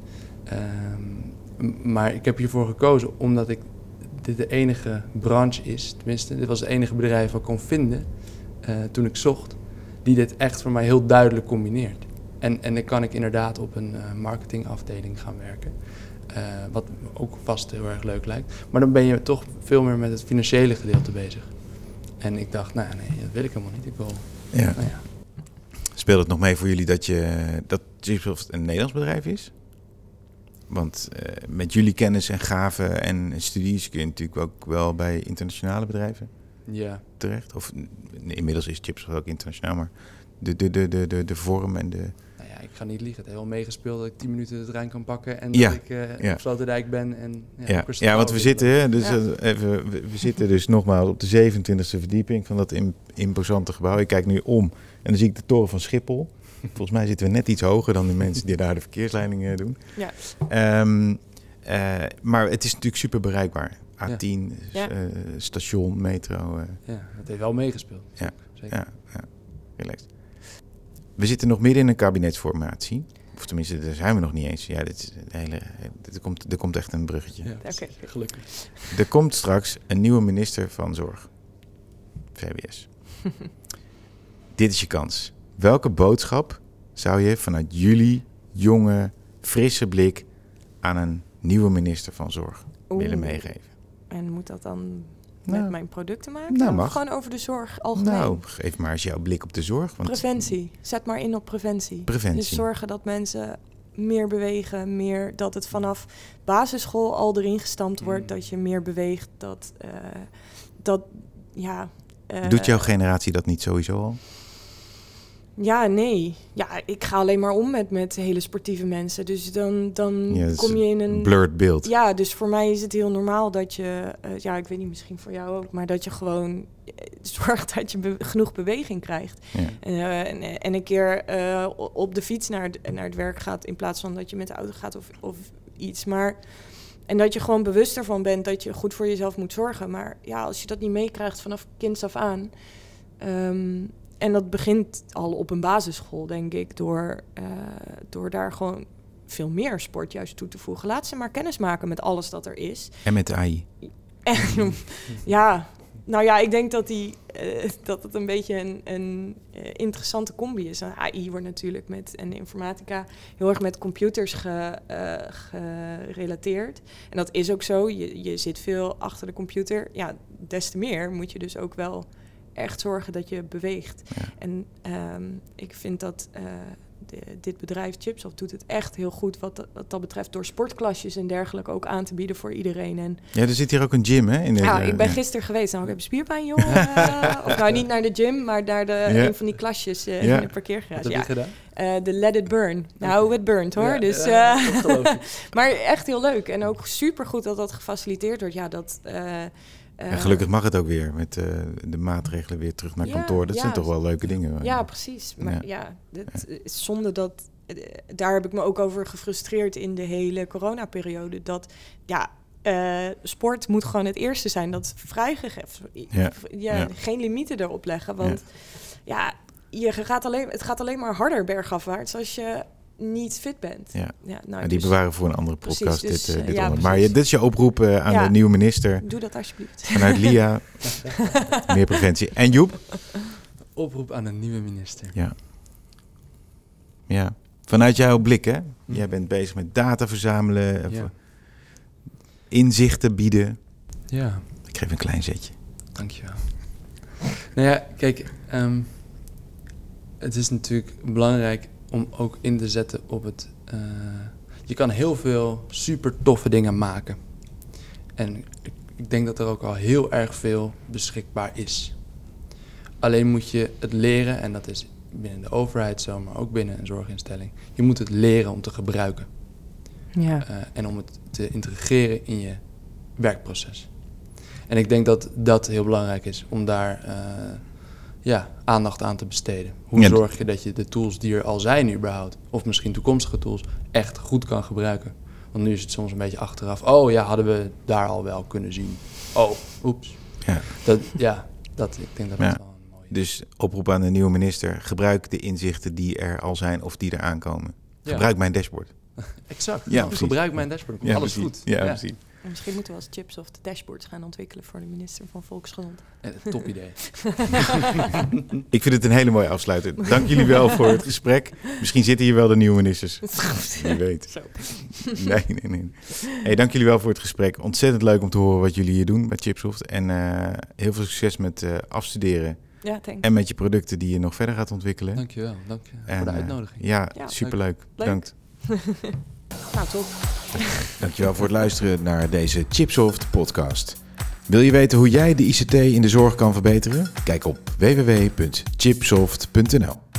Um, maar ik heb hiervoor gekozen omdat ik dit de enige branche is, tenminste, dit was het enige bedrijf wat ik kon vinden uh, toen ik zocht, die dit echt voor mij heel duidelijk combineert. En, en dan kan ik inderdaad op een uh, marketingafdeling gaan werken, uh, wat ook vast heel erg leuk lijkt. Maar dan ben je toch veel meer met het financiële gedeelte bezig. En ik dacht, nou nee, dat wil ik helemaal niet. Ik wil, Ja. nou ja. Speelt het nog mee voor jullie dat, je, dat Chipsoft een Nederlands bedrijf is? Want uh, met jullie kennis en gaven en studies kun je natuurlijk ook wel bij internationale bedrijven Ja. terecht. Of inmiddels is Chipsoft ook internationaal, maar de, de, de, de, de, de vorm en de... Nou ja, ik ga niet liegen. Het heeft wel meegespeeld dat ik tien minuten de trein kan pakken en Ja. dat ik uh, Ja. op Sloterdijk ben. En, ja, Ja, ook ja, want we zitten, hè, dus Ja. uh, even, we, we zitten dus nogmaals op de zevenentwintigste verdieping van dat im- imposante gebouw. Ik kijk nu om en dan zie ik de toren van Schiphol. Volgens mij zitten we net iets hoger dan de mensen die daar de verkeersleidingen doen. Ja. Um, uh, maar het is natuurlijk super bereikbaar. A tien, Ja. uh, station, metro. Uh, Ja, dat heeft wel meegespeeld. Ja. Zeker. ja, ja, relaxed. We zitten nog midden in een kabinetsformatie. Of tenminste, daar zijn we nog niet eens. Ja, dit is een hele, er, komt, er komt echt een bruggetje. Ja, Oké. gelukkig. Er komt straks een nieuwe minister van Zorg. V W S. Dit is je kans. Welke boodschap zou je vanuit jullie jonge, frisse blik aan een nieuwe minister van Zorg Oeh. willen meegeven? En moet dat dan Nou, met mijn producten maken? nou, Of mag. gewoon over de zorg algemeen? Nou, geef maar eens jouw blik op de zorg. Want Preventie. Zet maar in op preventie. Preventie. Dus zorgen dat mensen meer bewegen, meer dat het vanaf basisschool al erin gestampt wordt, Mm. dat je meer beweegt, dat, uh, dat ja... uh, Doet jouw generatie dat niet sowieso al? Ja, nee. Ja, ik ga alleen maar om met, met hele sportieve mensen. Dus dan, dan Ja, dat is kom je in een... blurred beeld. Ja, dus voor mij is het heel normaal dat je... Uh, ja, ik weet niet, misschien voor jou ook... maar dat je gewoon uh, zorgt dat je be- genoeg beweging krijgt. Ja. Uh, en, en een keer uh, op de fiets naar, naar het werk gaat... in plaats van dat je met de auto gaat of, of iets. Maar... En dat je gewoon bewust ervan bent dat je goed voor jezelf moet zorgen. Maar ja, als je dat niet meekrijgt vanaf kinds af aan... Um, en dat begint al op een basisschool, denk ik, door, uh, door daar gewoon veel meer sport juist toe te voegen. Laat ze maar kennis maken met alles dat er is. En met de A I. En, ja, nou ja, ik denk dat, die, uh, dat het een beetje een, een uh, interessante combi is. A I wordt natuurlijk met, en informatica heel erg met computers ge, uh, gerelateerd. En dat is ook zo. Je, je zit veel achter de computer. Ja, des te meer moet je dus ook wel... echt zorgen dat je beweegt. Ja. En um, ik vind dat uh, de, dit bedrijf Chipsoft doet het echt heel goed... Wat, dat, wat dat betreft door sportklasjes en dergelijke ook aan te bieden voor iedereen. En, Ja, er zit hier ook een gym, hè? In de, ja, uh, ik ben ja. gisteren geweest. Nou, ik heb spierpijn, joh. Uh, of nou, niet naar de gym, maar naar de, Ja. een van die klasjes uh, Ja. in de parkeergarage. Wat heb je Ja. gedaan? Uh, de Let It Burn. Nou, Oké. het burnt hoor. Ja, dus, ja, uh, dat geloof ik. maar echt heel leuk. En ook supergoed dat dat gefaciliteerd wordt. Ja, dat... Uh, En gelukkig mag het ook weer met uh, de maatregelen weer terug naar Ja, kantoor. Dat ja. zijn toch wel leuke dingen. Ja, precies. Maar Ja. ja, dit is zonde dat... uh, daar heb ik me ook over gefrustreerd in de hele coronaperiode. Dat, ja, uh, sport moet gewoon het eerste zijn. Dat is vrijgegeven. Ja. Ja, Ja. geen limieten erop leggen. Want ja, je gaat alleen, het gaat alleen maar harder bergafwaarts als je niet fit bent. Ja. Ja, nou, Maar die dus bewaren voor een andere Precies, podcast. dus, dit, uh, uh, dit ja, onder. Maar precies. je, dit is je oproep uh, aan Ja. de nieuwe minister. doe dat alsjeblieft. Vanuit L I A. Meer preventie. En Joep? Oproep aan een nieuwe minister. Ja. Ja. Vanuit jouw blik, hè? Hm. Jij bent bezig met data verzamelen. of Ja. Inzichten bieden. Ja. Ik geef een klein zetje. Dankjewel. Nou ja, kijk, um, het is natuurlijk belangrijk om ook in te zetten op het... Uh, je kan heel veel super toffe dingen maken. En ik, ik denk dat er ook al heel erg veel beschikbaar is. Alleen moet je het leren, en dat is binnen de overheid zo, maar ook binnen een zorginstelling. Je moet het leren om te gebruiken. Ja. Uh, en om het te integreren in je werkproces. En ik denk dat dat heel belangrijk is om daar uh, ja, aandacht aan te besteden. Hoe Ja, zorg je dat je de tools die er al zijn überhaupt, of misschien toekomstige tools, echt goed kan gebruiken? Want nu is het soms een beetje achteraf. Oh ja, hadden we daar al wel kunnen zien. Oh, oeps. Ja. Dat, ja, dat, ik denk dat Ja. dat wel een mooie... Dus oproep aan de nieuwe minister. Gebruik de inzichten die er al zijn of die er aankomen. Ja. Gebruik mijn dashboard. Exact. Ja, Nou, precies. gebruik mijn dashboard. Komt Ja, alles precies. goed. Ja, Ja. precies. Misschien moeten we als Chipsoft dashboards gaan ontwikkelen voor de minister van Volksgezondheid. Eh, top idee. Ik vind het een hele mooie afsluiter. Dank jullie wel voor het gesprek. Misschien zitten hier wel de nieuwe ministers. Wie weet. Zo. Nee, nee, nee. Hey, dank jullie wel voor het gesprek. Ontzettend leuk om te horen wat jullie hier doen bij Chipsoft. En uh, heel veel succes met uh, afstuderen. Ja, thanks. En met je producten die je nog verder gaat ontwikkelen. Dankjewel, dank je en, voor de uitnodiging. Uh, ja, ja, superleuk. Leuk. Bedankt. Nou, top. Dankjewel voor het luisteren naar deze Chipsoft podcast. Wil je weten hoe jij de I C T in de zorg kan verbeteren? Kijk op w w w punt chipsoft punt n l.